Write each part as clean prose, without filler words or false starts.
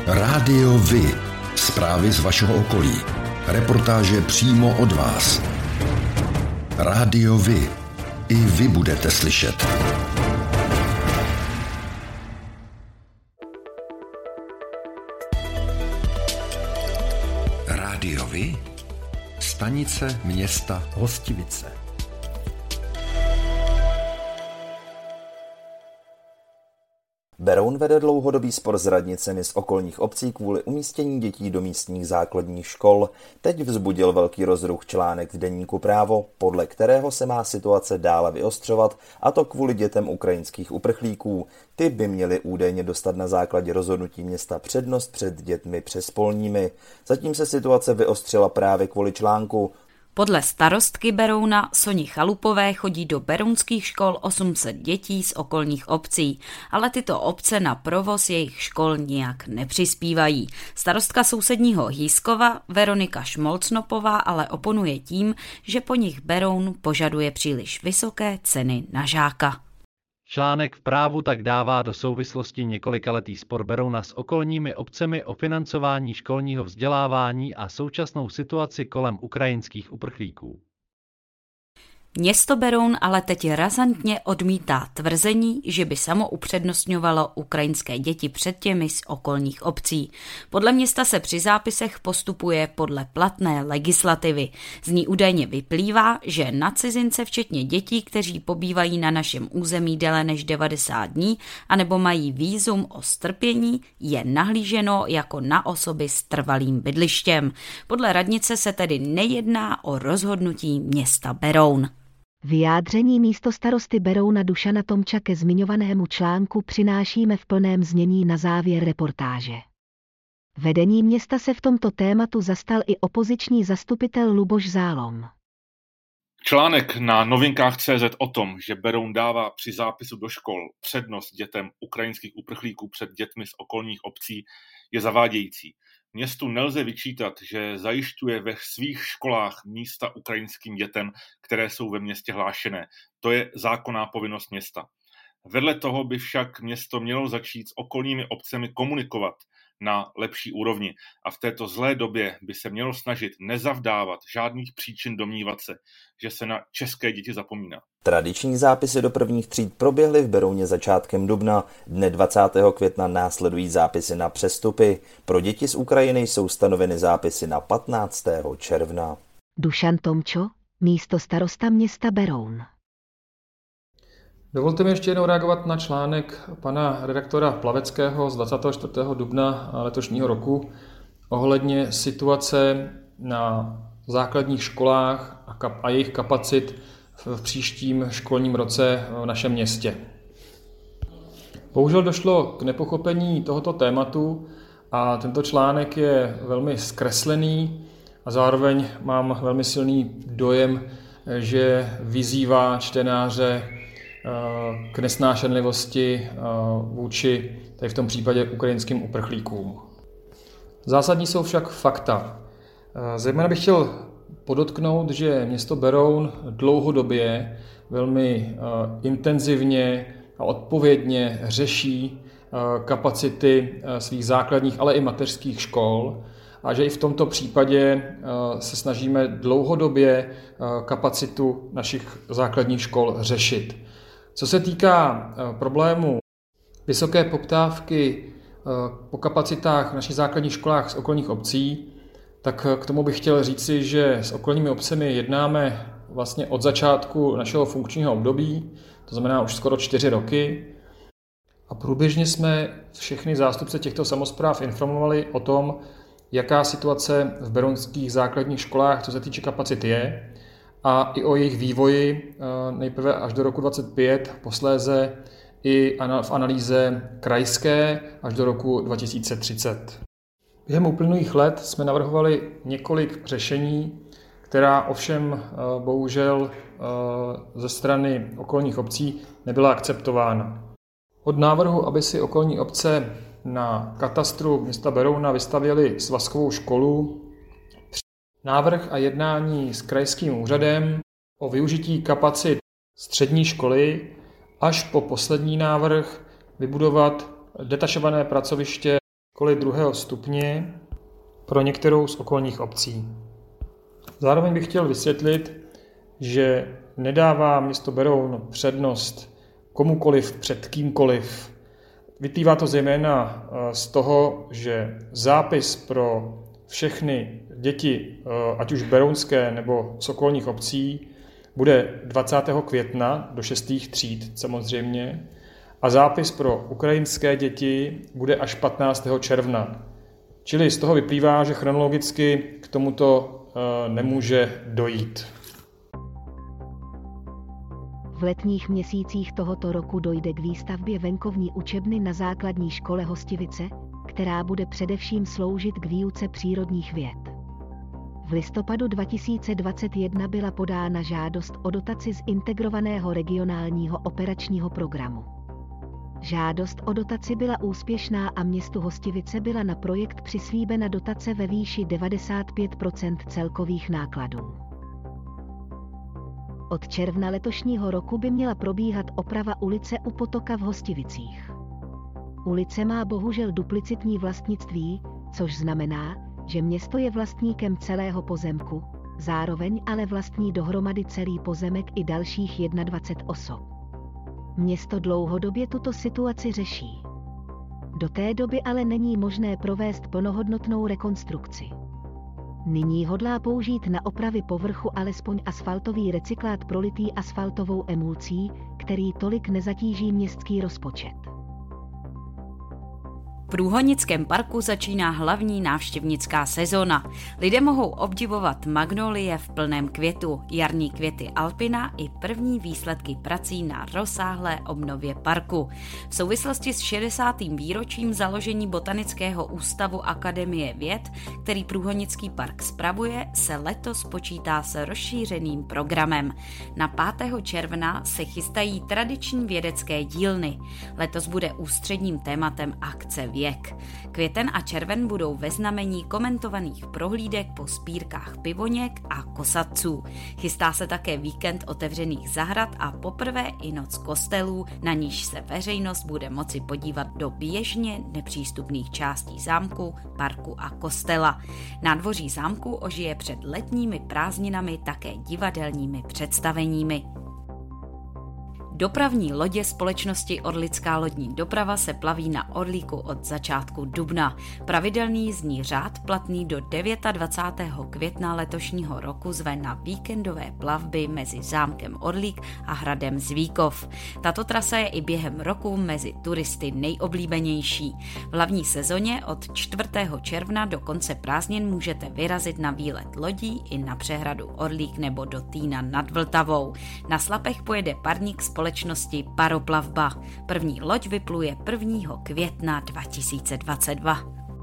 Rádio Vy. Zprávy z vašeho okolí. Reportáže přímo od vás. Rádio Vy. I vy budete slyšet. Rádio Vy. Stanice města Hostivice. Beroun vede dlouhodobý spor s radnicemi z okolních obcí kvůli umístění dětí do místních základních škol. Teď vzbudil velký rozruch článek v deníku Právo, podle kterého se má situace dále vyostřovat, a to kvůli dětem ukrajinských uprchlíků. Ty by měly údajně dostat na základě rozhodnutí města přednost před dětmi přespolními. Zatím se situace vyostřila právě kvůli článku. Podle starostky Berouna Soni Chalupové chodí do berounských škol 800 dětí z okolních obcí, ale tyto obce na provoz jejich škol nijak nepřispívají. Starostka sousedního Hýskova Veronika Šmolcnopová ale oponuje tím, že po nich Beroun požaduje příliš vysoké ceny na žáka. Článek v Právu tak dává do souvislosti několikaletý spor Berouna s okolními obcemi o financování školního vzdělávání a současnou situaci kolem ukrajinských uprchlíků. Město Beroun ale teď razantně odmítá tvrzení, že by samo upřednostňovalo ukrajinské děti před těmi z okolních obcí. Podle města se při zápisech postupuje podle platné legislativy. Z ní údajně vyplývá, že na cizince včetně dětí, kteří pobývají na našem území déle než 90 dní anebo mají vízum o strpění, je nahlíženo jako na osoby s trvalým bydlištěm. Podle radnice se tedy nejedná o rozhodnutí města Beroun. Vyjádření místostarosty Berouna Dušana Tomča ke zmiňovanému článku přinášíme v plném znění na závěr reportáže. Vedení města se v tomto tématu zastal i opoziční zastupitel Luboš Zálom. Článek na Novinkách.cz o tom, že Beroun dává při zápisu do škol přednost dětem ukrajinských uprchlíků před dětmi z okolních obcí, je zavádějící. Městu nelze vyčítat, že zajišťuje ve svých školách místa ukrajinským dětem, které jsou ve městě hlášené. To je zákonná povinnost města. Vedle toho by však město mělo začít s okolními obcemi komunikovat na lepší úrovni a v této zlé době by se mělo snažit nezavdávat žádných příčin domnívat se, že se na české děti zapomíná. Tradiční zápisy do prvních tříd proběhly v Berouně začátkem dubna. Dne 20. května následují zápisy na přestupy. Pro děti z Ukrajiny jsou stanoveny zápisy na 15. června. Dušan Tomčo, místostarosta města Beroun. Dovolte mi ještě jednou reagovat na článek pana redaktora Plaveckého z 24. dubna letošního roku ohledně situace na základních školách a jejich kapacit v příštím školním roce v našem městě. Bohužel došlo k nepochopení tohoto tématu a tento článek je velmi zkreslený a zároveň mám velmi silný dojem, že vyzývá čtenáře k nesnášenlivosti vůči, tady v tom případě, ukrajinským uprchlíkům. Zásadní jsou však fakta. Zejména bych chtěl podotknout, že město Beroun dlouhodobě velmi intenzivně a odpovědně řeší kapacity svých základních, ale i mateřských škol a že i v tomto případě se snažíme dlouhodobě kapacitu našich základních škol řešit. Co se týká problému vysoké poptávky po kapacitách v našich základních školách z okolních obcí, tak k tomu bych chtěl říci, že s okolními obcemi jednáme vlastně od začátku našeho funkčního období, to znamená už skoro 4 roky. A průběžně jsme všechny zástupce těchto samospráv informovali o tom, jaká situace v berounských základních školách, co se týče kapacit je, a i o jejich vývoji nejprve až do roku 2025, posléze i v analýze krajské až do roku 2030. Během uplynulých let jsme navrhovali několik řešení, která ovšem bohužel ze strany okolních obcí nebyla akceptována. Od návrhu, aby si okolní obce na katastru města Berouna vystavěly svazkovou školu, návrh a jednání s krajským úřadem o využití kapacit střední školy až po poslední návrh vybudovat detašované pracoviště školy 2. stupně pro některou z okolních obcí. Zároveň bych chtěl vysvětlit, že nedává město Beroun přednost komukoliv před kýmkoliv. Vyplývá to zejména z toho, že zápis pro všechny děti, ať už berounské nebo z okolních obcí, bude 20. května do 6. tříd samozřejmě a zápis pro ukrajinské děti bude až 15. června. Čili z toho vyplývá, že chronologicky k tomuto nemůže dojít. V letních měsících tohoto roku dojde k výstavbě venkovní učebny na základní škole Hostivice, která bude především sloužit k výuce přírodních věd. V listopadu 2021 byla podána žádost o dotaci z Integrovaného regionálního operačního programu. Žádost o dotaci byla úspěšná a městu Hostivice byla na projekt přislíbena dotace ve výši 95% celkových nákladů. Od června letošního roku by měla probíhat oprava ulice u potoka v Hostivicích. Ulice má bohužel duplicitní vlastnictví, což znamená, že město je vlastníkem celého pozemku, zároveň ale vlastní dohromady celý pozemek i dalších 21 osob. Město dlouhodobě tuto situaci řeší. Do té doby ale není možné provést plnohodnotnou rekonstrukci. Nyní hodlá použít na opravy povrchu alespoň asfaltový recyklát prolitý asfaltovou emulcí, který tolik nezatíží městský rozpočet. V Průhonickém parku začíná hlavní návštěvnická sezóna. Lidé mohou obdivovat magnolie v plném květu, jarní květy alpina i první výsledky prací na rozsáhlé obnově parku. V souvislosti s 60. výročím založení Botanického ústavu Akademie věd, který Průhonický park spravuje, se letos počítá s rozšířeným programem. Na 5. června se chystají tradiční vědecké dílny. Letos bude ústředním tématem akce Věk. Květen a červen budou ve znamení komentovaných prohlídek po spírkách pivoněk a kosatců. Chystá se také víkend otevřených zahrad a poprvé i noc kostelů, na níž se veřejnost bude moci podívat do běžně nepřístupných částí zámku, parku a kostela. Nádvoří zámku ožije před letními prázdninami také divadelními představeními. Dopravní lodě společnosti Orlická lodní doprava se plaví na Orlíku od začátku dubna. Pravidelný jízdní řád platný do 29. května letošního roku zve na víkendové plavby mezi zámkem Orlík a hradem Zvíkov. Tato trasa je i během roku mezi turisty nejoblíbenější. V hlavní sezóně od 4. června do konce prázdnin můžete vyrazit na výlet lodí i na přehradu Orlík nebo do Týna nad Vltavou. Na Slapech pojede parník společnosti Paroplavba. První loď vypluje 1. května 2022.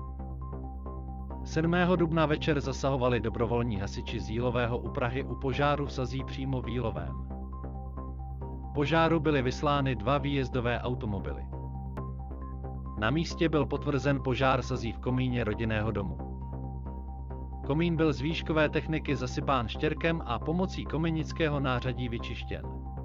7. dubna večer zasahovali dobrovolní hasiči z Jílového u Prahy u požáru v Sazí přímo v Jílovém. Požáru byly vyslány 2 výjezdové automobily. Na místě byl potvrzen požár Sazí v komíně rodinného domu. Komín byl z výškové techniky zasypán štěrkem a pomocí kominického nářadí vyčištěn.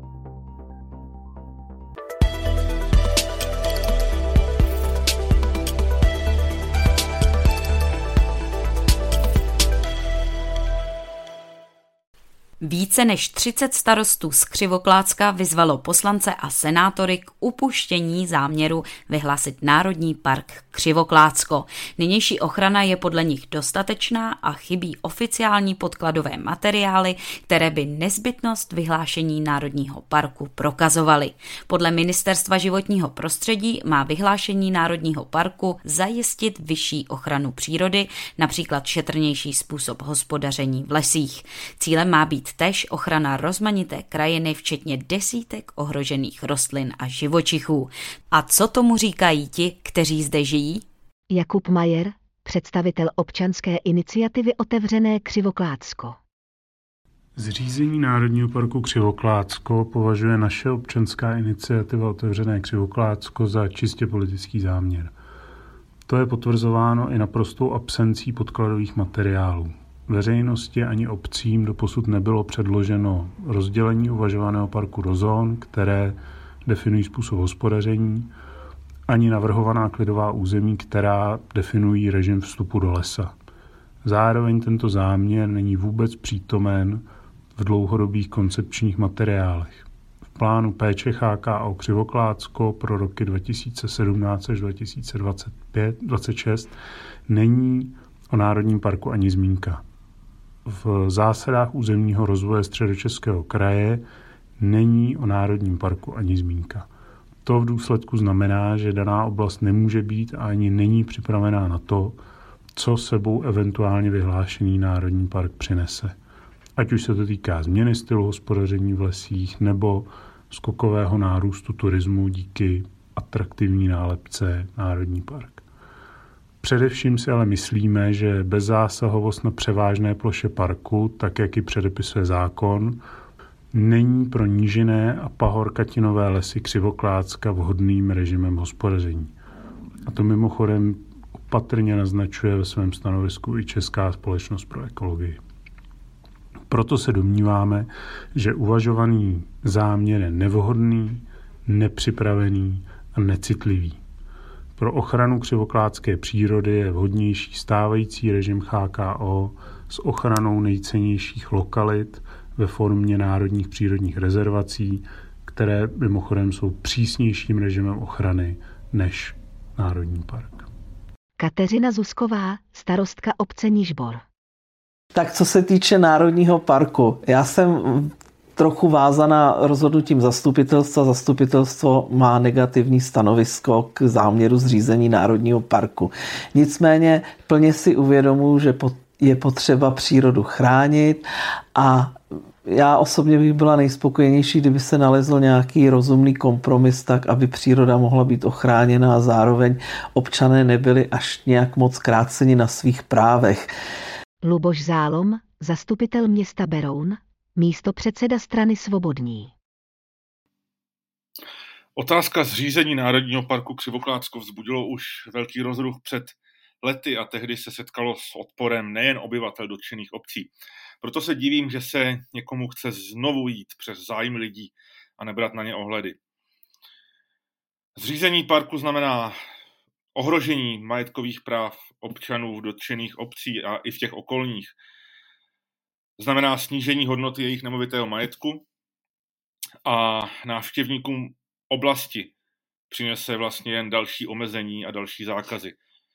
Více než 30 starostů z Křivoklácka vyzvalo poslance a senátory k upuštění záměru vyhlásit Národní park Křivoklácko. Nynější ochrana je podle nich dostatečná a chybí oficiální podkladové materiály, které by nezbytnost vyhlášení Národního parku prokazovaly. Podle Ministerstva životního prostředí má vyhlášení Národního parku zajistit vyšší ochranu přírody, například šetrnější způsob hospodaření v lesích. Cílem má být též ochrana rozmanité krajiny, včetně desítek ohrožených rostlin a živočichů. A co tomu říkají ti, kteří zde žijí? Jakub Majer, představitel občanské iniciativy Otevřené Křivoklácko. Zřízení Národního parku Křivoklácko považuje naše občanská iniciativa Otevřené Křivoklácko za čistě politický záměr. To je potvrzováno i naprostou absencí podkladových materiálů. Veřejnosti ani obcím doposud nebylo předloženo rozdělení uvažovaného parku do zón, které definují způsob hospodaření, ani navrhovaná klidová území, která definují režim vstupu do lesa. Zároveň tento záměr není vůbec přítomen v dlouhodobých koncepčních materiálech. V plánu péče HKO Křivoklátsko pro roky 2017 až 2026 není o Národním parku ani zmínka. V zásadách územního rozvoje Středočeského kraje není o Národním parku ani zmínka. To v důsledku znamená, že daná oblast nemůže být a ani není připravená na to, co sebou eventuálně vyhlášený Národní park přinese. Ať už se to týká změny stylu hospodaření v lesích nebo skokového nárůstu turismu díky atraktivní nálepce Národní park. Především si ale myslíme, že bezzásahovost na převážné ploše parku, tak jak ji předepisuje zákon, není pro nížinné a pahorkatinové lesy Křivoklátska vhodným režimem hospodaření. A to mimochodem opatrně naznačuje ve svém stanovisku i Česká společnost pro ekologii. Proto se domníváme, že uvažovaný záměr je nevhodný, nepřipravený a necitlivý. Pro ochranu křivoklátské přírody je vhodnější stávající režim HKO s ochranou nejcennějších lokalit ve formě národních přírodních rezervací, které mimochodem jsou přísnějším režimem ochrany než Národní park. Kateřina Zuzková, starostka obce Nižbor. Tak co se týče Národního parku, já jsem trochu vázaná rozhodnutím zastupitelstva. Zastupitelstvo má negativní stanovisko k záměru zřízení Národního parku. Nicméně plně si uvědomuji, že je potřeba přírodu chránit a já osobně bych byla nejspokojenější, kdyby se nalezl nějaký rozumný kompromis tak, aby příroda mohla být ochráněna a zároveň občané nebyli až nějak moc kráceni na svých právech. Luboš Zálom, zastupitel města Beroun, místopředseda strany Svobodní. Otázka zřízení Národního parku Křivoklátsko vzbudilo už velký rozruch před lety a tehdy se setkalo s odporem nejen obyvatel dotčených obcí. Proto se divím, že se někomu chce znovu jít přes zájmy lidí a nebrat na ně ohledy. Zřízení parku znamená ohrožení majetkových práv občanů v dotčených obcí a i v těch okolních. Znamená snížení hodnoty jejich nemovitého majetku a návštěvníkům oblasti přinese vlastně jen další omezení a další zákazy.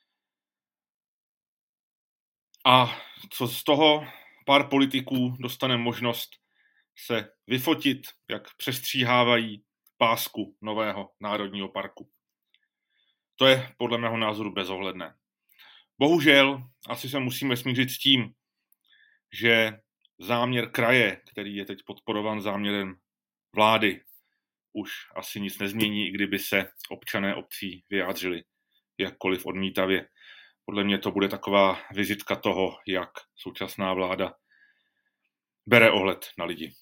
A co z toho? Pár politiků dostane možnost se vyfotit, jak přestříhávají pásku nového Národního parku. To je podle mého názoru bezohledné. Bohužel asi se musíme smířit s tím, že záměr kraje, který je teď podporován záměrem vlády, už asi nic nezmění, i kdyby se občané obcí vyjádřili jakkoliv odmítavě. Podle mě to bude taková vizitka toho, jak současná vláda bere ohled na lidi.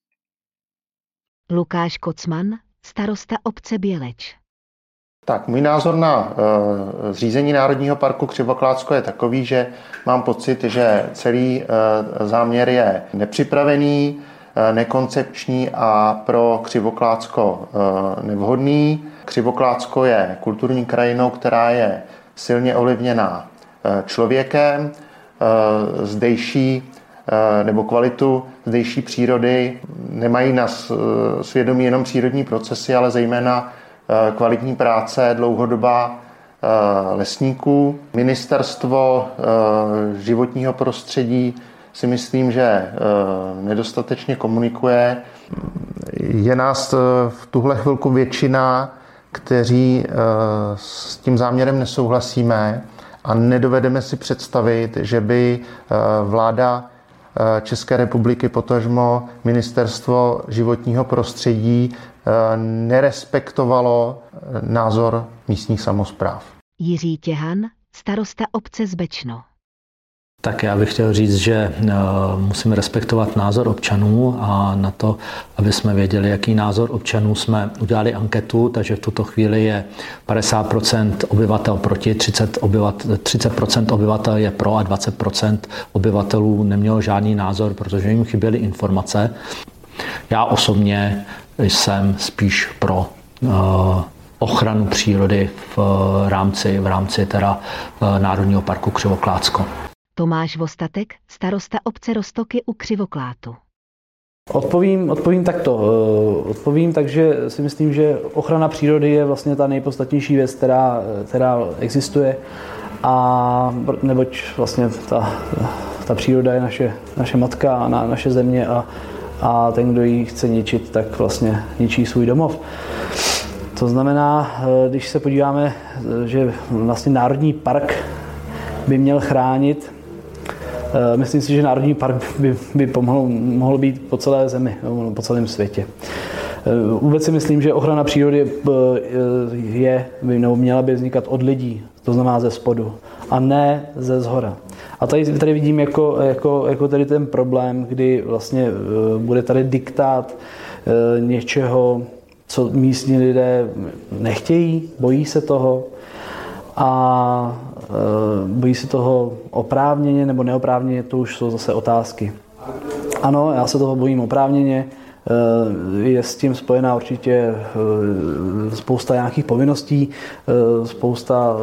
Lukáš Kocman, starosta obce Běleč. Tak, můj názor na zřízení Národního parku Křivoklátsko je takový, že mám pocit, že celý záměr je nepřipravený, nekoncepční a pro Křivoklátsko nevhodný. Křivoklátsko je kulturní krajinou, která je silně ovlivněná člověkem, zdejší nebo kvalitu zdejší přírody nemají na svědomí jenom přírodní procesy, ale zejména kvalitní práce dlouhodobá lesníků. Ministerstvo životního prostředí si myslím, že nedostatečně komunikuje. Je nás v tuhle chvilku většina, kteří s tím záměrem nesouhlasíme a nedovedeme si představit, že by vláda České republiky, potažmo Ministerstvo životního prostředí nerespektovalo názor místních samospráv. Jiří Těhan, starosta obce Zbečno. Tak já bych chtěl říct, že musíme respektovat názor občanů a na to, aby jsme věděli, jaký názor občanů, jsme udělali anketu, takže v tuto chvíli je 50% obyvatel proti, 30% obyvatel je pro a 20% obyvatelů nemělo žádný názor, protože jim chyběly informace. Já osobně jsem spíš pro ochranu přírody v rámci teda Národního parku Křivoklátsko. Tomáš Vostatek, starosta obce Roztoky u Křivoklátu. Odpovím takto. Odpovím tak, že si myslím, že ochrana přírody je vlastně ta nejpodstatnější věc, která existuje. A neboť vlastně ta příroda je naše matka a naše země a ten, kdo ji chce ničit, tak vlastně ničí svůj domov. To znamená, když se podíváme, že vlastně Národní park by měl chránit, myslím si, že Národní park by mohl být po celé zemi, po celém světě. Vůbec si myslím, že ochrana přírody měla by vznikat od lidí, to znamená ze spodu, a ne ze zhora. A tady vidím jako tady ten problém, kdy vlastně bude tady diktát něčeho, co místní lidé nechtějí, bojí se toho a bojí se toho oprávněně nebo neoprávněně, to už jsou zase otázky. Ano, já se toho bojím oprávněně, je s tím spojená určitě spousta nějakých povinností, spousta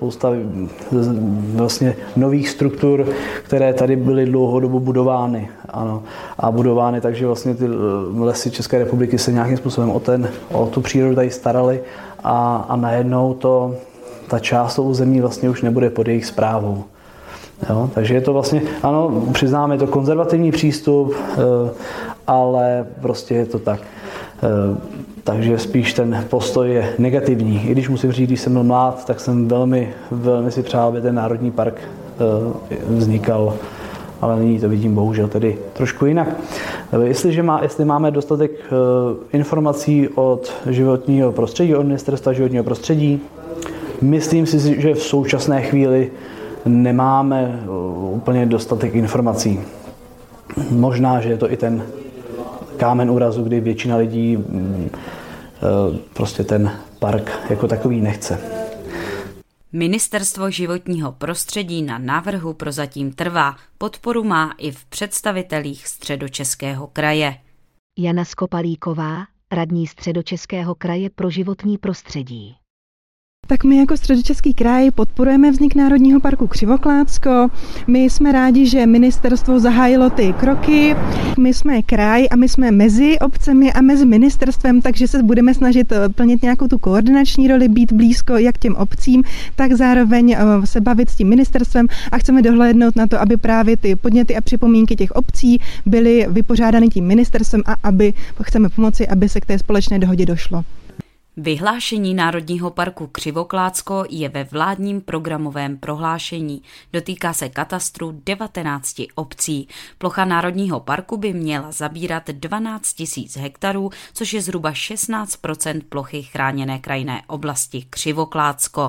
vlastně nových struktur, které tady byly dlouhodobu budovány. Ano, a budovány, takže vlastně ty lesy České republiky se nějakým způsobem o tu přírodu tady staraly a najednou ta část území vlastně už nebude pod jejich správou. Jo, takže je to vlastně, ano, přiznáme, je to konzervativní přístup, ale prostě je to tak. Takže spíš ten postoj je negativní. I když musím říct, když jsem byl mlád, tak jsem velmi si přál, aby ten Národní park vznikal, ale nyní to vidím bohužel tedy trošku jinak. Jestli máme dostatek informací od životního prostředí, od Ministerstva životního prostředí, myslím si, že v současné chvíli nemáme úplně dostatek informací. Možná, že je to i ten kámen úrazu, kdy většina lidí prostě ten park jako takový nechce. Ministerstvo životního prostředí na návrhu prozatím trvá. Podporu má i v představitelích Středočeského kraje. Jana Skopalíková, radní Středočeského kraje pro životní prostředí. Tak my jako Středočeský kraj podporujeme vznik Národního parku Křivoklátsko. My jsme rádi, že ministerstvo zahájilo ty kroky. My jsme kraj a my jsme mezi obcemi a mezi ministerstvem, takže se budeme snažit plnit nějakou tu koordinační roli, být blízko jak těm obcím, tak zároveň se bavit s tím ministerstvem a chceme dohlédnout na to, aby právě ty podněty a připomínky těch obcí byly vypořádány tím ministerstvem a chceme pomoci, aby se k té společné dohodě došlo. Vyhlášení Národního parku Křivoklátsko je ve vládním programovém prohlášení. Dotýká se katastru 19 obcí. Plocha Národního parku by měla zabírat 12 000 hektarů, což je zhruba 16% plochy chráněné krajinné oblasti Křivoklátsko.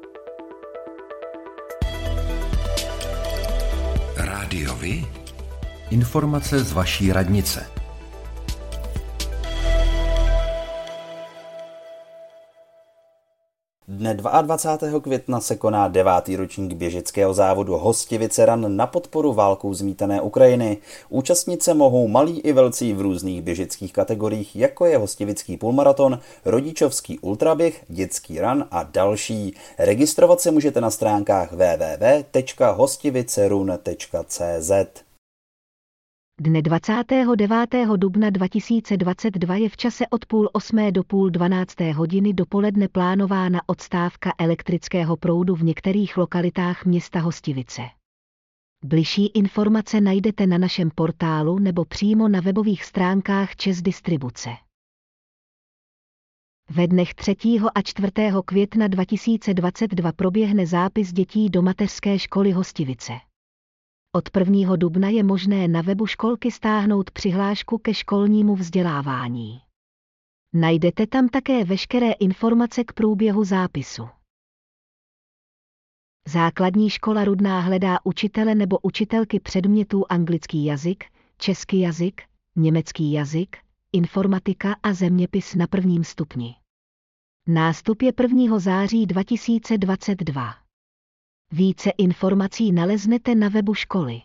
Rádio Vy? Informace z vaší radnice. Dne 22. května se koná 9. ročník běžeckého závodu Hostivice Run na podporu válkou zmítané Ukrajiny. Účastnit se mohou malí i velcí v různých běžeckých kategoriích, jako je hostivický půlmaraton, rodičovský ultraběh, dětský run a další. Registrovat se můžete na stránkách www.hostivicerun.cz. Dne 29. dubna 2022 je v čase od 7:30 do 11:30 dopoledne plánována odstávka elektrického proudu v některých lokalitách města Hostivice. Bližší informace najdete na našem portálu nebo přímo na webových stránkách ČEZ Distribuce. Ve dnech 3. a 4. května 2022 proběhne zápis dětí do mateřské školy Hostivice. Od 1. dubna je možné na webu školky stáhnout přihlášku ke školnímu vzdělávání. Najdete tam také veškeré informace k průběhu zápisu. Základní škola Rudná hledá učitele nebo učitelky předmětů anglický jazyk, český jazyk, německý jazyk, informatika a zeměpis na 1. stupni. Nástup je 1. září 2022. Více informací naleznete na webu školy.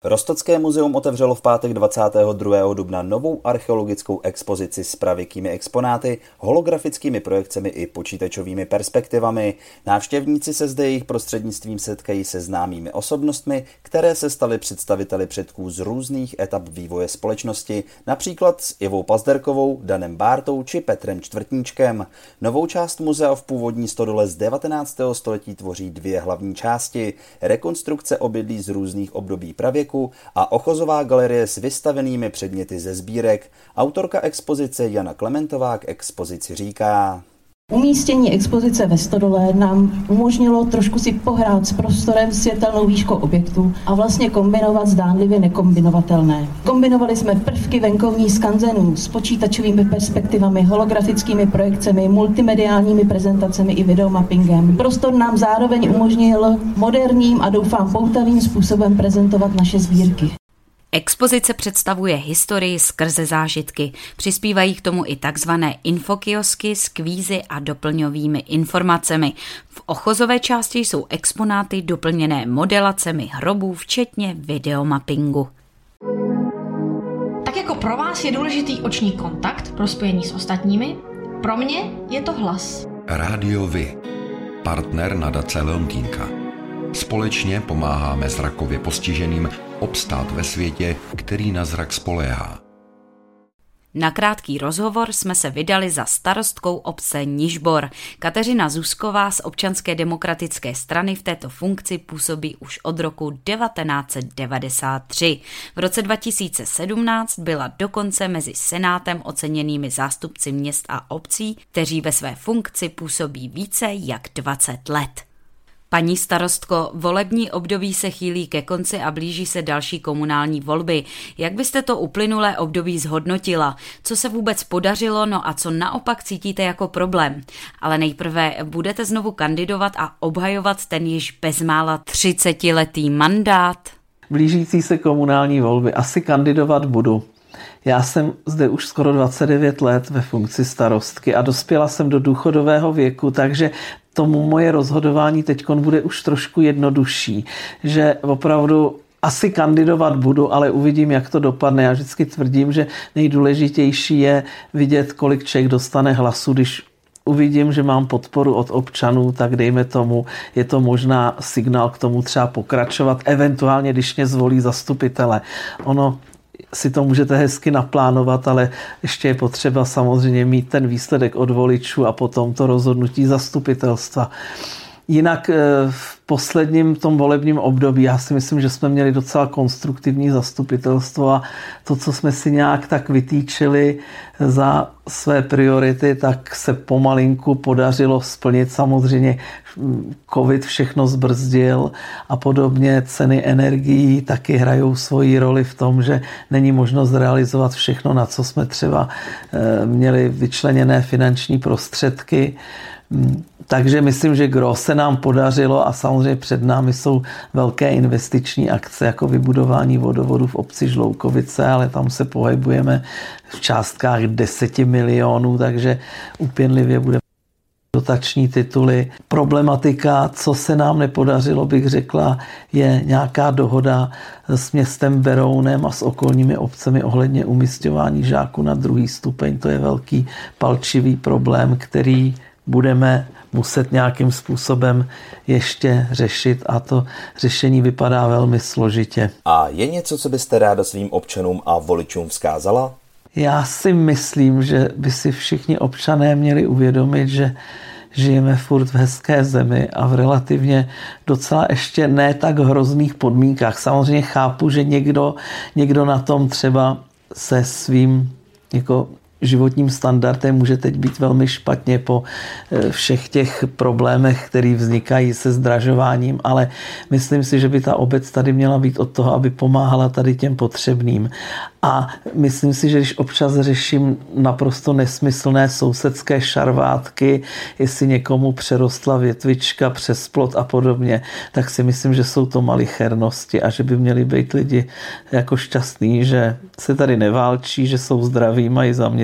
Roztocké muzeum otevřelo v pátek 22. dubna novou archeologickou expozici s pravěkými exponáty, holografickými projekcemi i počítačovými perspektivami. Návštěvníci se zde jejich prostřednictvím setkají se známými osobnostmi, které se staly představiteli předků z různých etap vývoje společnosti, například s Ivou Pazderkovou, Danem Bártou či Petrem Čtvrtníčkem. Novou část muzea v původní stodole z 19. století tvoří dvě hlavní části: rekonstrukce obydlí z různých období pravěku a ochozová galerie s vystavenými předměty ze sbírek. Autorka expozice Jana Klementová k expozici říká: Umístění expozice ve stodole nám umožnilo trošku si pohrát s prostorem, světelnou výškou objektu a vlastně kombinovat zdánlivě nekombinovatelné. Kombinovali jsme prvky venkovní skanzenů s počítačovými perspektivami, holografickými projekcemi, multimediálními prezentacemi i videomappingem. Prostor nám zároveň umožnil moderním a doufám poutavým způsobem prezentovat naše sbírky. Expozice představuje historii skrze zážitky. Přispívají k tomu i takzvané infokiosky s kvízy a doplňovými informacemi. V ochozové části jsou exponáty doplněné modelacemi hrobů, včetně videomappingu. Tak jako pro vás je důležitý oční kontakt pro spojení s ostatními, pro mě je to hlas. Rádio Vy, partner nadace Leontýnka. Společně pomáháme zrakově postiženým obstát ve světě, který na zrak spoléhá. Na krátký rozhovor jsme se vydali za starostkou obce Nižbor. Kateřina Zuzková z Občanské demokratické strany v této funkci působí už od roku 1993. V roce 2017 byla dokonce mezi senátem oceněnými zástupci měst a obcí, kteří ve své funkci působí více jak 20 let. Paní starostko, volební období se chýlí ke konci a blíží se další komunální volby. Jak byste to uplynulé období zhodnotila? Co se vůbec podařilo, no a co naopak cítíte jako problém? Ale nejprve, budete znovu kandidovat a obhajovat ten již bezmála 30letý mandát? Blížící se komunální volby asi kandidovat budu. Já jsem zde už skoro 29 let ve funkci starostky a dospěla jsem do důchodového věku, takže tomu moje rozhodování teďkon bude už trošku jednodušší, že opravdu asi kandidovat budu, ale uvidím, jak to dopadne. Já vždycky tvrdím, že nejdůležitější je vidět, kolik člověk dostane hlasu. Když uvidím, že mám podporu od občanů, tak dejme tomu, je to možná signál k tomu třeba pokračovat, eventuálně, když mě zvolí zastupitele. Ono si to můžete hezky naplánovat, ale ještě je potřeba samozřejmě mít ten výsledek od voličů a potom to rozhodnutí zastupitelstva. Jinak v posledním tom volebním období já si myslím, že jsme měli docela konstruktivní zastupitelstvo a to, co jsme si nějak tak vytýčili za své priority, tak se pomalinku podařilo splnit. Samozřejmě covid všechno zbrzdil a podobně. Ceny energií taky hrajou svoji roli v tom, že není možnost realizovat všechno, na co jsme třeba měli vyčleněné finanční prostředky. Takže myslím, že gro se nám podařilo a samozřejmě před námi jsou velké investiční akce jako vybudování vodovodu v obci Žloukovice, ale tam se pohybujeme v částkách 10 milionů, takže úpěnlivě bude dotační tituly. Problematika, co se nám nepodařilo, bych řekla, je nějaká dohoda s městem Berounem a s okolními obcemi ohledně umisťování žáků na 2. stupeň. To je velký palčivý problém, který budeme muset nějakým způsobem ještě řešit a to řešení vypadá velmi složitě. A je něco, co byste ráda svým občanům a voličům vzkázala? Já si myslím, že by si všichni občané měli uvědomit, že žijeme furt v hezké zemi a v relativně docela ještě ne tak hrozných podmínkách. Samozřejmě chápu, že někdo na tom třeba se svým jako životním standardem může teď být velmi špatně po všech těch problémech, které vznikají se zdražováním, ale myslím si, že by ta obec tady měla být od toho, aby pomáhala tady těm potřebným. A myslím si, že když občas řeším naprosto nesmyslné sousedské šarvátky, jestli někomu přerostla větvička přes plot a podobně, tak si myslím, že jsou to malichernosti a že by měli být lidi jako šťastní, že se tady neválčí, že jsou zdraví, mají zaměstnání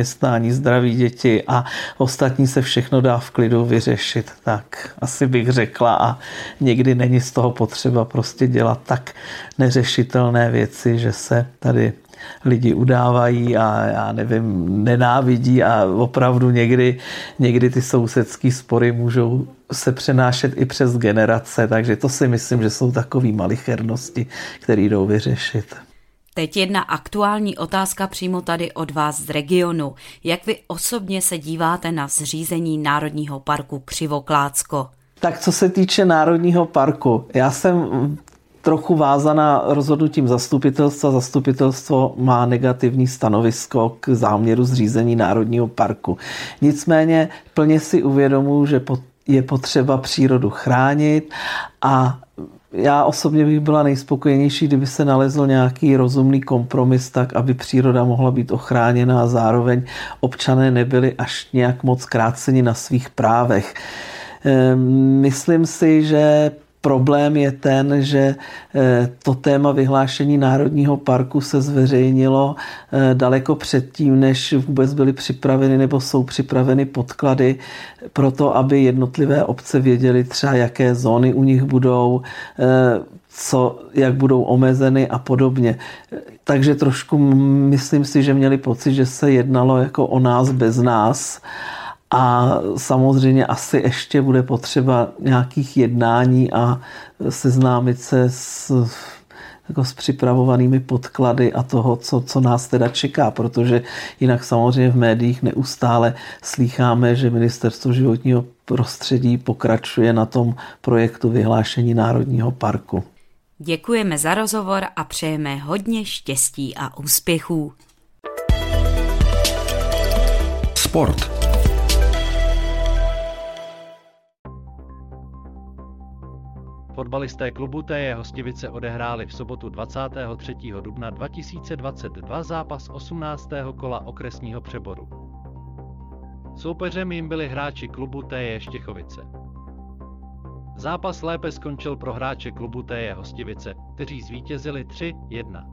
zaměstnání, zdraví děti a ostatní se všechno dá v klidu vyřešit. Tak asi bych řekla a někdy není z toho potřeba prostě dělat tak neřešitelné věci, že se tady lidi udávají a já nevím, nenávidí a opravdu někdy ty sousedský spory můžou se přenášet i přes generace, takže to si myslím, že jsou takové malichernosti, které jdou vyřešit. Teď jedna aktuální otázka přímo tady od vás z regionu. Jak vy osobně se díváte na zřízení Národního parku Křivoklátsko? Tak co se týče Národního parku, já jsem trochu vázaná rozhodnutím zastupitelstva. Zastupitelstvo má negativní stanovisko k záměru zřízení Národního parku. Nicméně plně si uvědomuji, že je potřeba přírodu chránit a já osobně bych byla nejspokojenější, kdyby se nalezl nějaký rozumný kompromis tak, aby příroda mohla být ochráněna a zároveň občané nebyli až nějak moc kráceni na svých právech. Myslím si, že problém je ten, že to téma vyhlášení Národního parku se zveřejnilo daleko předtím, než vůbec byly připraveny nebo jsou připraveny podklady pro to, aby jednotlivé obce věděly třeba, jaké zóny u nich budou, jak budou omezeny a podobně. Takže trošku myslím si, že měli pocit, že se jednalo jako o nás bez nás. A samozřejmě asi ještě bude potřeba nějakých jednání a seznámit se s připravovanými podklady a toho, co nás teda čeká, protože jinak samozřejmě v médiích neustále slýcháme, že Ministerstvo životního prostředí pokračuje na tom projektu vyhlášení Národního parku. Děkujeme za rozhovor a přejeme hodně štěstí a úspěchů. Sport. Fotbalisté klubu TJ Hostivice odehráli v sobotu 23. dubna 2022 zápas 18. kola okresního přeboru. Soupeřem jim byli hráči klubu TJ Štěchovice. Zápas lépe skončil pro hráče klubu TJ Hostivice, kteří zvítězili 3-1.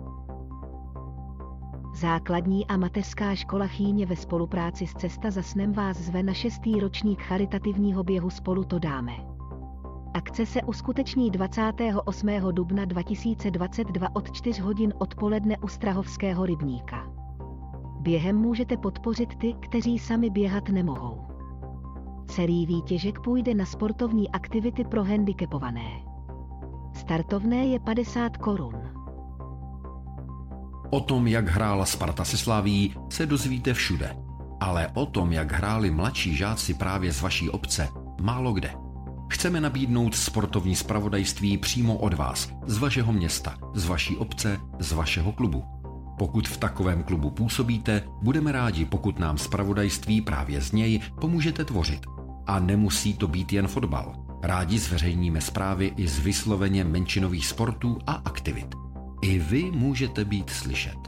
Základní a mateřská škola Chýně ve spolupráci s Cesta za snem vás zve na 6. ročník charitativního běhu Spolu to dáme. Akce se uskuteční 28. dubna 2022 od 4 hodin odpoledne u Strahovského rybníka. Během můžete podpořit ty, kteří sami běhat nemohou. Celý výtěžek půjde na sportovní aktivity pro handicapované. Startovné je 50 korun. O tom, jak hrála Sparta se Slavií, se dozvíte všude. Ale o tom, jak hráli mladší žáci právě z vaší obce, málo kde. Chceme nabídnout sportovní zpravodajství přímo od vás, z vašeho města, z vaší obce, z vašeho klubu. Pokud v takovém klubu působíte, budeme rádi, pokud nám zpravodajství právě z něj pomůžete tvořit. A nemusí to být jen fotbal. Rádi zveřejníme zprávy i z vysloveně menšinových sportů a aktivit. I vy můžete být slyšet.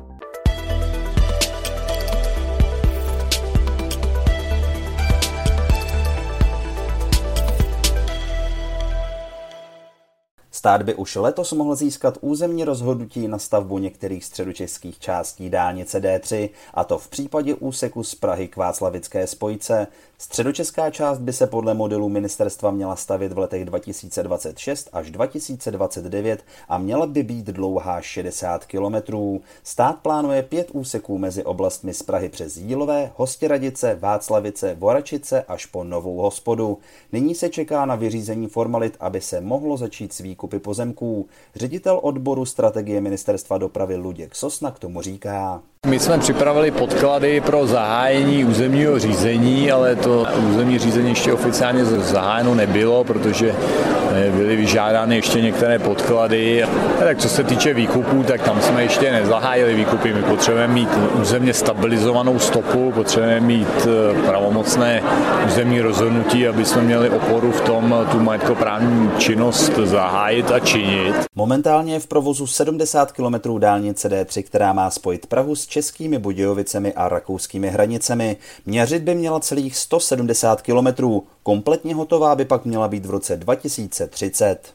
Stát by už letos mohl získat územní rozhodnutí na stavbu některých středočeských částí dálnice D3, a to v případě úseku z Prahy k Václavické spojce. Středočeská část by se podle modelu ministerstva měla stavět v letech 2026 až 2029 a měla by být dlouhá 60 kilometrů. Stát plánuje 5 úseků mezi oblastmi z Prahy přes Jílové, Hostěradice, Václavice, Voračice až po Novou Hospodu. Nyní se čeká na vyřízení formalit, aby se mohlo začít s výkupy pozemků. Ředitel odboru strategie ministerstva dopravy Luděk Sosna k tomu říká. My jsme připravili podklady pro zahájení územního řízení, ale to územní řízení ještě oficiálně zahájeno nebylo, protože byly vyžádány ještě některé podklady. Tak co se týče výkupů, tak tam jsme ještě nezahájili výkupy. My potřebujeme mít územně stabilizovanou stopu, potřebujeme mít pravomocné územní rozhodnutí, aby jsme měli oporu v tom tu majetkoprávní činnost zahájit a činit. Momentálně je v provozu 70 km dálnice D3, která má spojit Prahu s Českými Budějovicemi a rakouskými hranicemi. Měřit by měla celých 170 kilometrů. Kompletně hotová by pak měla být v roce 2030.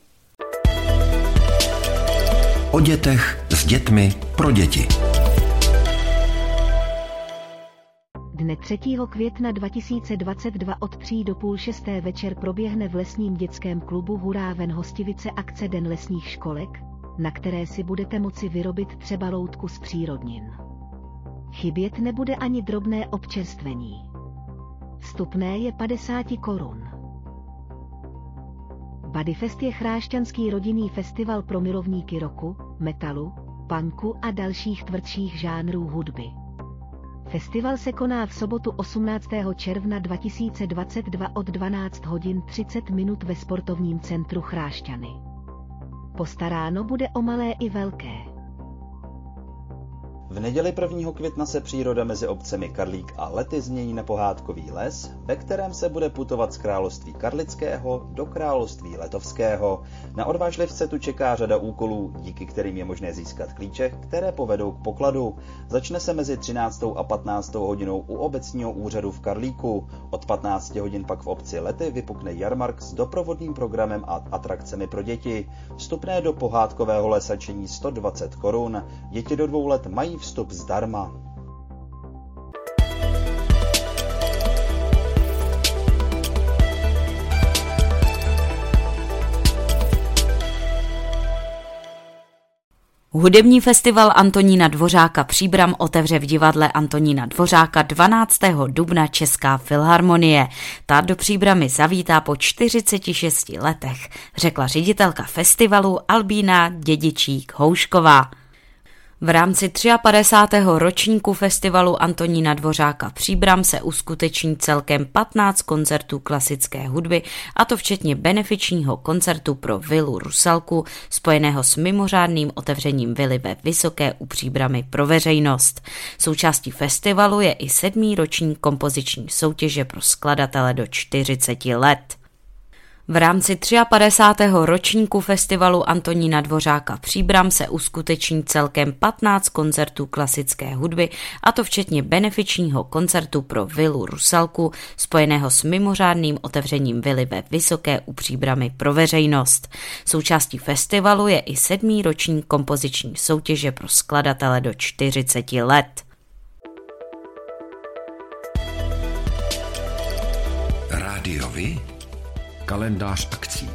O dětech, s dětmi, pro děti. Dne 3. května 2022 od 3 do půl 6. večer proběhne v lesním dětském klubu Huráven Hostivice akce Den lesních školek, na které si budete moci vyrobit třeba loutku z přírodnin. Chybět nebude ani drobné občerstvení. Vstupné je 50 korun. Bodyfest je chrášťanský rodinný festival pro milovníky rocku, metalu, punku a dalších tvrdších žánrů hudby. Festival se koná v sobotu 18. června 2022 od 12 hodin 30 minut ve sportovním centru Chrášťany. Postaráno bude o malé i velké. V neděli 1. května se příroda mezi obcemi Karlík a Lety změní na pohádkový les, ve kterém se bude putovat z království karlického do království letovského. Na odvážlivce tu čeká řada úkolů, díky kterým je možné získat klíče, které povedou k pokladu. Začne se mezi 13. a 15. hodinou u obecního úřadu v Karlíku. Od 15 hodin pak v obci Lety vypukne jarmark s doprovodným programem a atrakcemi pro děti. Vstupné do pohádkového lesa činí 120 korun. Děti do 2 let mají vstup zdarma. Hudební festival Antonína Dvořáka Příbram otevře v divadle Antonína Dvořáka 12. dubna Česká filharmonie. Ta do Příbramy zavítá po 46 letech, řekla ředitelka festivalu Albína Dědičík-Houšková. V rámci 53. ročníku festivalu Antonína Dvořáka Příbram se uskuteční celkem 15 koncertů klasické hudby, a to včetně benefičního koncertu pro vilu Rusalku, spojeného s mimořádným otevřením vily ve Vysoké u Příbramy pro veřejnost. Součástí festivalu je i 7. ročník kompoziční soutěže pro skladatele do 40 let. V rámci 53. ročníku festivalu Antonína Dvořáka Příbram se uskuteční celkem 15 koncertů klasické hudby, a to včetně benefičního koncertu pro vilu Rusalku, spojeného s mimořádným otevřením vily ve Vysoké u Příbramy pro veřejnost. Součástí festivalu je i 7. ročník kompoziční soutěže pro skladatele do 40 let. Rádiovi? Kalendář akcí.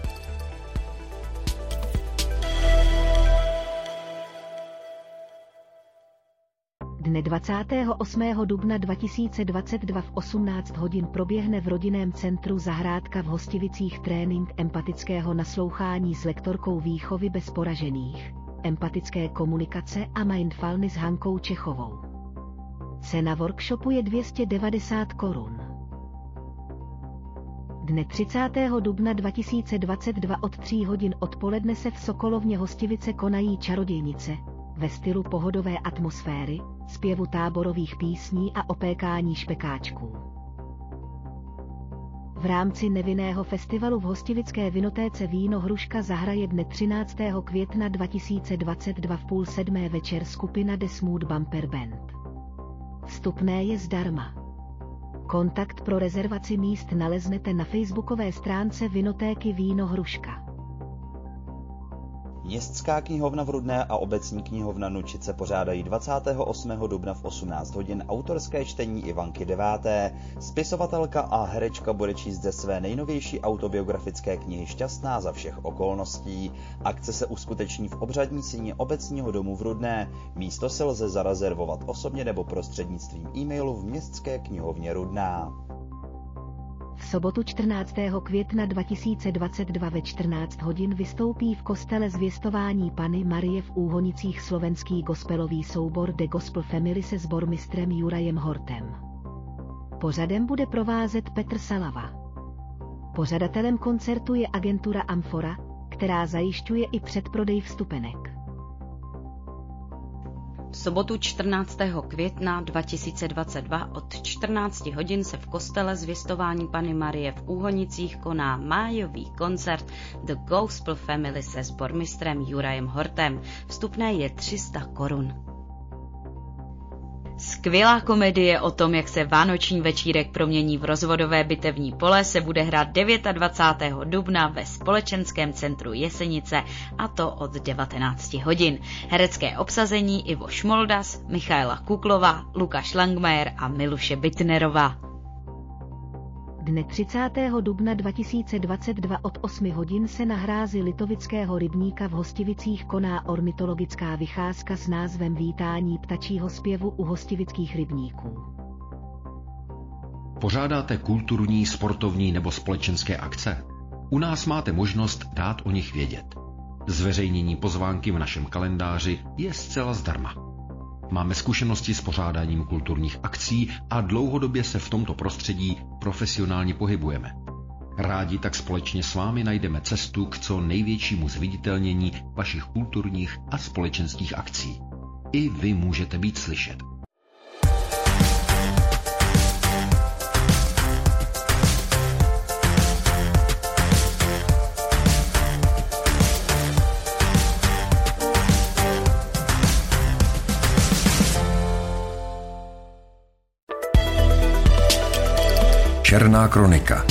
Dne 28. dubna 2022 v 18 hodin proběhne v rodinném centru Zahrádka v Hostivicích trénink empatického naslouchání s lektorkou výchovy bez poražených, empatické komunikace a mindfulness Hankou Čechovou. Cena workshopu je 290 korun. Dne 30. dubna 2022 od 3 hodin odpoledne se v Sokolovně Hostivice konají čarodějnice, ve stylu pohodové atmosféry, zpěvu táborových písní a opékání špekáčků. V rámci nevinného festivalu v hostivické vinotéce Víno Hruška zahraje dne 13. května 2022 v 6:30 večer skupina The Smooth Bumper Band. Vstupné je zdarma. Kontakt pro rezervaci míst naleznete na facebookové stránce vinotéky Víno Hruška. Městská knihovna v Rudné a obecní knihovna Nučice pořádají 28. dubna v 18 hodin autorské čtení Ivanky 9. Spisovatelka a herečka bude číst ze své nejnovější autobiografické knihy Šťastná za všech okolností. Akce se uskuteční v obřadní síni obecního domu v Rudné. Místo si lze zarezervovat osobně nebo prostřednictvím e-mailu v Městské knihovně Rudná. V sobotu 14. května 2022 ve 14 hodin vystoupí v kostele Zvěstování Panny Marie v Úhonicích slovenský gospelový soubor The Gospel Family se sbormistrem Jurajem Hortem. Pořadem bude provázet Petr Salava. Pořadatelem koncertu je agentura Amfora, která zajišťuje i předprodej vstupenek. V sobotu 14. května 2022 od 14 hodin se v kostele Zvěstování Panny Marie v Úhonicích koná májový koncert The Gospel Family se sbormistrem Jurajem Hortem. Vstupné je 300 korun. Z Skvělá komedie o tom, jak se vánoční večírek promění v rozvodové bitevní pole, se bude hrát 29. dubna ve Společenském centru Jesenice, a to od 19 hodin. Herecké obsazení Ivo Šmoldas, Michaela Kuklova, Lukáš Langmajer a Miluše Bitnerová. Dne 30. dubna 2022 od 8 hodin se na hrázi Litovického rybníka v Hostivicích koná ornitologická vycházka s názvem Vítání ptačího zpěvu u hostivických rybníků. Pořádáte kulturní, sportovní nebo společenské akce? U nás máte možnost dát o nich vědět. Zveřejnění pozvánky v našem kalendáři je zcela zdarma. Máme zkušenosti s pořádáním kulturních akcí a dlouhodobě se v tomto prostředí profesionálně pohybujeme. Rádi tak společně s vámi najdeme cestu k co největšímu zviditelnění vašich kulturních a společenských akcí. I vy můžete být slyšet. Černá kronika.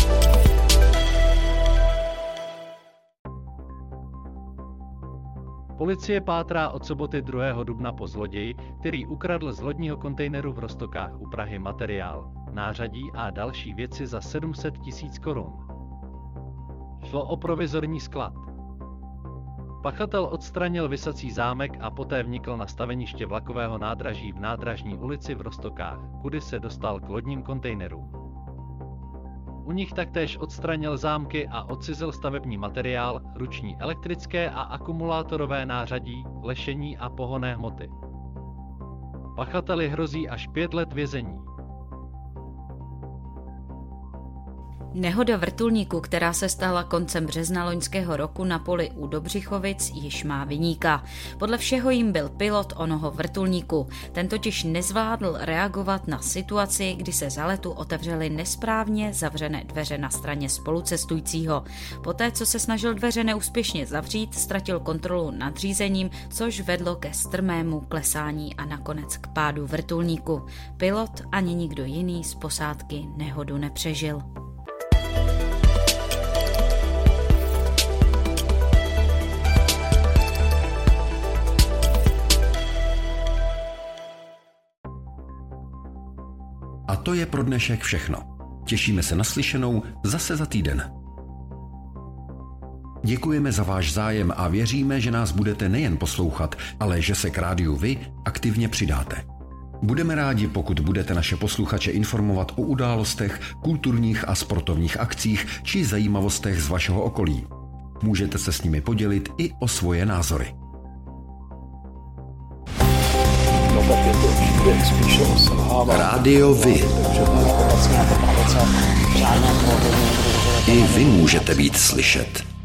Policie pátrá od soboty 2. dubna po zloději, který ukradl z lodního kontejneru v Roztokách u Prahy materiál, nářadí a další věci za 700 000 korun. Šlo o provizorní sklad. Pachatel odstranil visací zámek a poté vnikl na staveniště vlakového nádraží v Nádražní ulici v Roztokách, kudy se dostal k lodním kontejnerům. U nich taktéž odstranil zámky a odcizil stavební materiál, ruční elektrické a akumulátorové nářadí, lešení a pohonné hmoty. Pachateli hrozí až 5 let vězení. Nehoda vrtulníku, která se stala koncem března loňského roku na poli u Dobřichovic, již má viníka. Podle všeho jim byl pilot onoho vrtulníku. Ten totiž nezvládl reagovat na situaci, kdy se za letu otevřely nesprávně zavřené dveře na straně spolucestujícího. Poté, co se snažil dveře neúspěšně zavřít, ztratil kontrolu nad řízením, což vedlo ke strmému klesání a nakonec k pádu vrtulníku. Pilot ani nikdo jiný z posádky nehodu nepřežil. A to je pro dnešek všechno. Těšíme se na slyšenou zase za týden. Děkujeme za váš zájem a věříme, že nás budete nejen poslouchat, ale že se k rádiu vy aktivně přidáte. Budeme rádi, pokud budete naše posluchače informovat o událostech, kulturních a sportovních akcích či zajímavostech z vašeho okolí. Můžete se s nimi podělit i o svoje názory. Rádio Vy. I vy můžete být slyšet.